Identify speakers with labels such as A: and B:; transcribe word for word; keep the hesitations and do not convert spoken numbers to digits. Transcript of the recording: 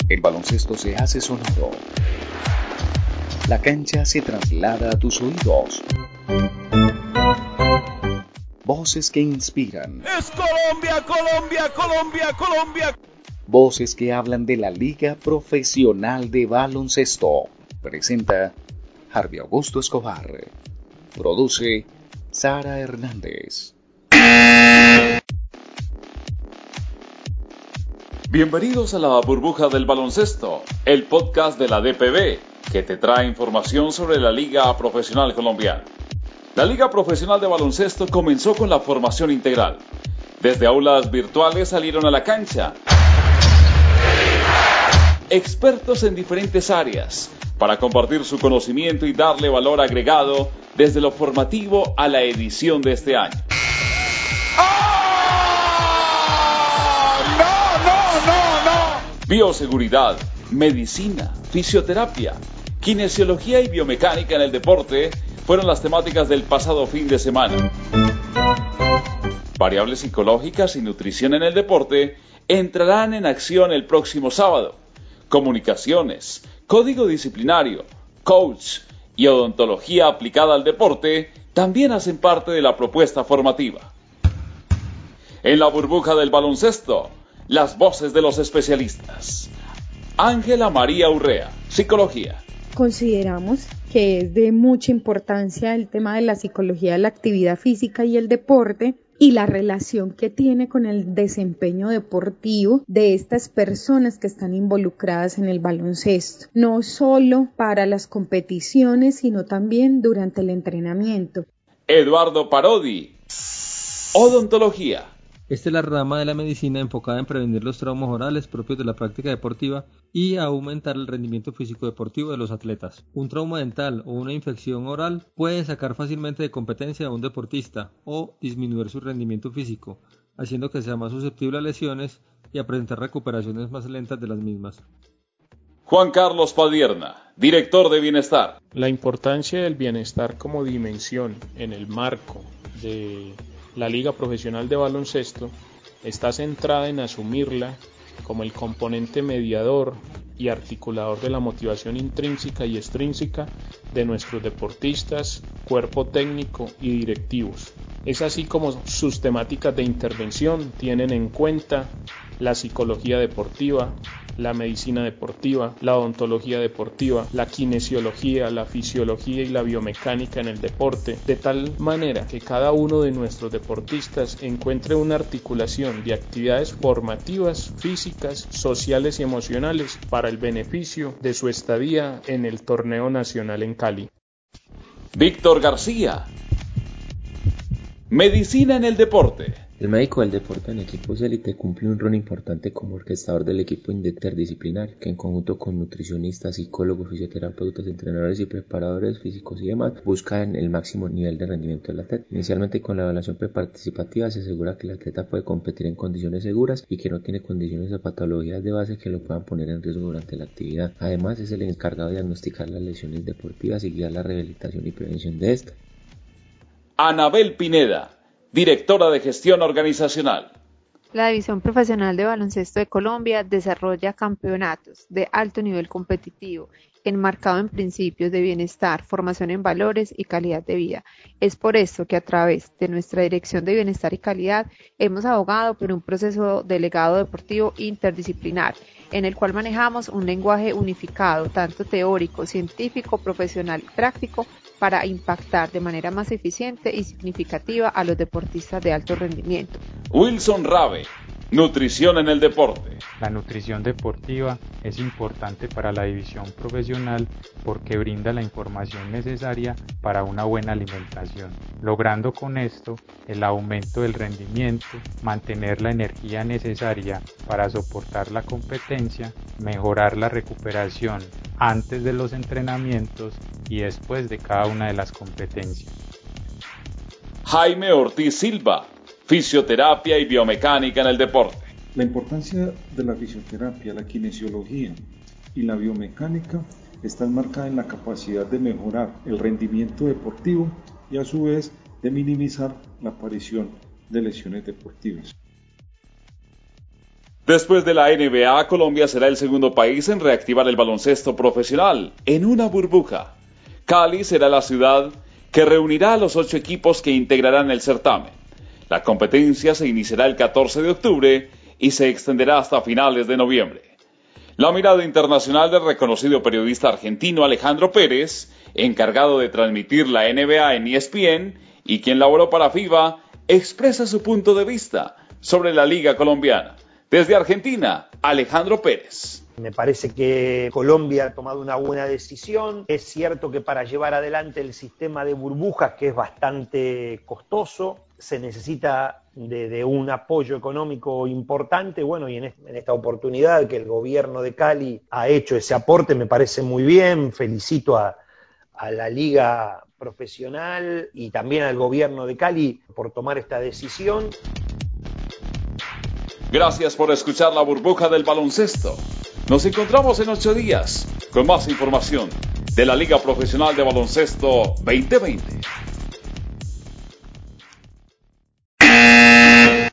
A: El baloncesto se hace sonido. La cancha se traslada a tus oídos. Voces que inspiran.
B: ¡Es Colombia, Colombia, Colombia, Colombia!
A: Voces que hablan de la Liga Profesional de Baloncesto. Presenta Harvey Augusto Escobar. Produce Sara Hernández.
C: Bienvenidos a la Burbuja del Baloncesto, el podcast de la D P B, que te trae información sobre la Liga Profesional Colombiana. La Liga Profesional de Baloncesto comenzó con la formación integral. Desde aulas virtuales salieron a la cancha expertos en diferentes áreas para compartir su conocimiento y darle valor agregado desde lo formativo a la edición de este año. Bioseguridad, medicina, fisioterapia, kinesiología y biomecánica en el deporte fueron las temáticas del pasado fin de semana. Variables psicológicas y nutrición en el deporte entrarán en acción el próximo sábado. Comunicaciones, código disciplinario, coach y odontología aplicada al deporte también hacen parte de la propuesta formativa. En la burbuja del baloncesto, las voces de los especialistas. Ángela María Urrea, Psicología.
D: Consideramos que es de mucha importancia el tema de la psicología de la actividad física y el deporte y la relación que tiene con el desempeño deportivo de estas personas que están involucradas en el baloncesto, no solo para las competiciones, sino también durante el entrenamiento.
C: Eduardo Parodi, Odontología.
E: Esta es la rama de la medicina enfocada en prevenir los traumas orales propios de la práctica deportiva y a aumentar el rendimiento físico deportivo de los atletas. Un trauma dental o una infección oral puede sacar fácilmente de competencia a un deportista o disminuir su rendimiento físico, haciendo que sea más susceptible a lesiones y a presentar recuperaciones más lentas de las mismas.
C: Juan Carlos Padierna, Director de Bienestar.
F: La importancia del bienestar como dimensión en el marco de la Liga Profesional de Baloncesto está centrada en asumirla como el componente mediador y articulador de la motivación intrínseca y extrínseca de nuestros deportistas, cuerpo técnico y directivos. Es así como sus temáticas de intervención tienen en cuenta la psicología deportiva, la medicina deportiva, la odontología deportiva, la kinesiología, la fisiología y la biomecánica en el deporte, de tal manera que cada uno de nuestros deportistas encuentre una articulación de actividades formativas, físicas, sociales y emocionales para el beneficio de su estadía en el torneo nacional en Cali.
C: Víctor García, Medicina en el deporte.
G: El médico del deporte en equipos élite cumple un rol importante como orquestador del equipo interdisciplinario, que en conjunto con nutricionistas, psicólogos, fisioterapeutas, entrenadores y preparadores físicos y demás, buscan el máximo nivel de rendimiento del atleta. Inicialmente, con la evaluación preparticipativa se asegura que el atleta puede competir en condiciones seguras y que no tiene condiciones de patologías de base que lo puedan poner en riesgo durante la actividad. Además, es el encargado de diagnosticar las lesiones deportivas y guiar la rehabilitación y prevención de estas.
C: Anabel Pineda, Directora de Gestión Organizacional.
H: La División Profesional de Baloncesto de Colombia desarrolla campeonatos de alto nivel competitivo, enmarcado en principios de bienestar, formación en valores y calidad de vida. Es por esto que a través de nuestra Dirección de Bienestar y Calidad hemos abogado por un proceso de legado deportivo interdisciplinar, en el cual manejamos un lenguaje unificado, tanto teórico, científico, profesional y práctico, para impactar de manera más eficiente y significativa a los deportistas de alto rendimiento.
C: Wilson Rabe, Nutrición en el deporte.
I: La nutrición deportiva es importante para la división profesional porque brinda la información necesaria para una buena alimentación, logrando con esto el aumento del rendimiento, mantener la energía necesaria para soportar la competencia, mejorar la recuperación antes de los entrenamientos y después de cada una de las competencias.
C: Jaime Ortiz Silva, Fisioterapia y biomecánica en el deporte.
J: La importancia de la fisioterapia, la kinesiología y la biomecánica está enmarcada en la capacidad de mejorar el rendimiento deportivo y a su vez de minimizar la aparición de lesiones deportivas.
C: Después de la N B A, Colombia será el segundo país en reactivar el baloncesto profesional en una burbuja. Cali será la ciudad que reunirá a los ocho equipos que integrarán el certamen. La competencia se iniciará el catorce de octubre y se extenderá hasta finales de noviembre. La mirada internacional del reconocido periodista argentino Alejandro Pérez, encargado de transmitir la N B A en E S P N y quien laboró para FIBA, expresa su punto de vista sobre la Liga Colombiana. Desde Argentina, Alejandro Pérez.
K: Me parece que Colombia ha tomado una buena decisión. Es cierto que para llevar adelante el sistema de burbujas, que es bastante costoso, se necesita de, de un apoyo económico importante. Bueno, y en, este, en esta oportunidad que el gobierno de Cali ha hecho ese aporte, me parece muy bien. Felicito a, a la Liga Profesional y también al gobierno de Cali por tomar esta decisión.
C: Gracias por escuchar la burbuja del baloncesto. Nos encontramos en ocho días con más información de la Liga Profesional de Baloncesto veinte veinte.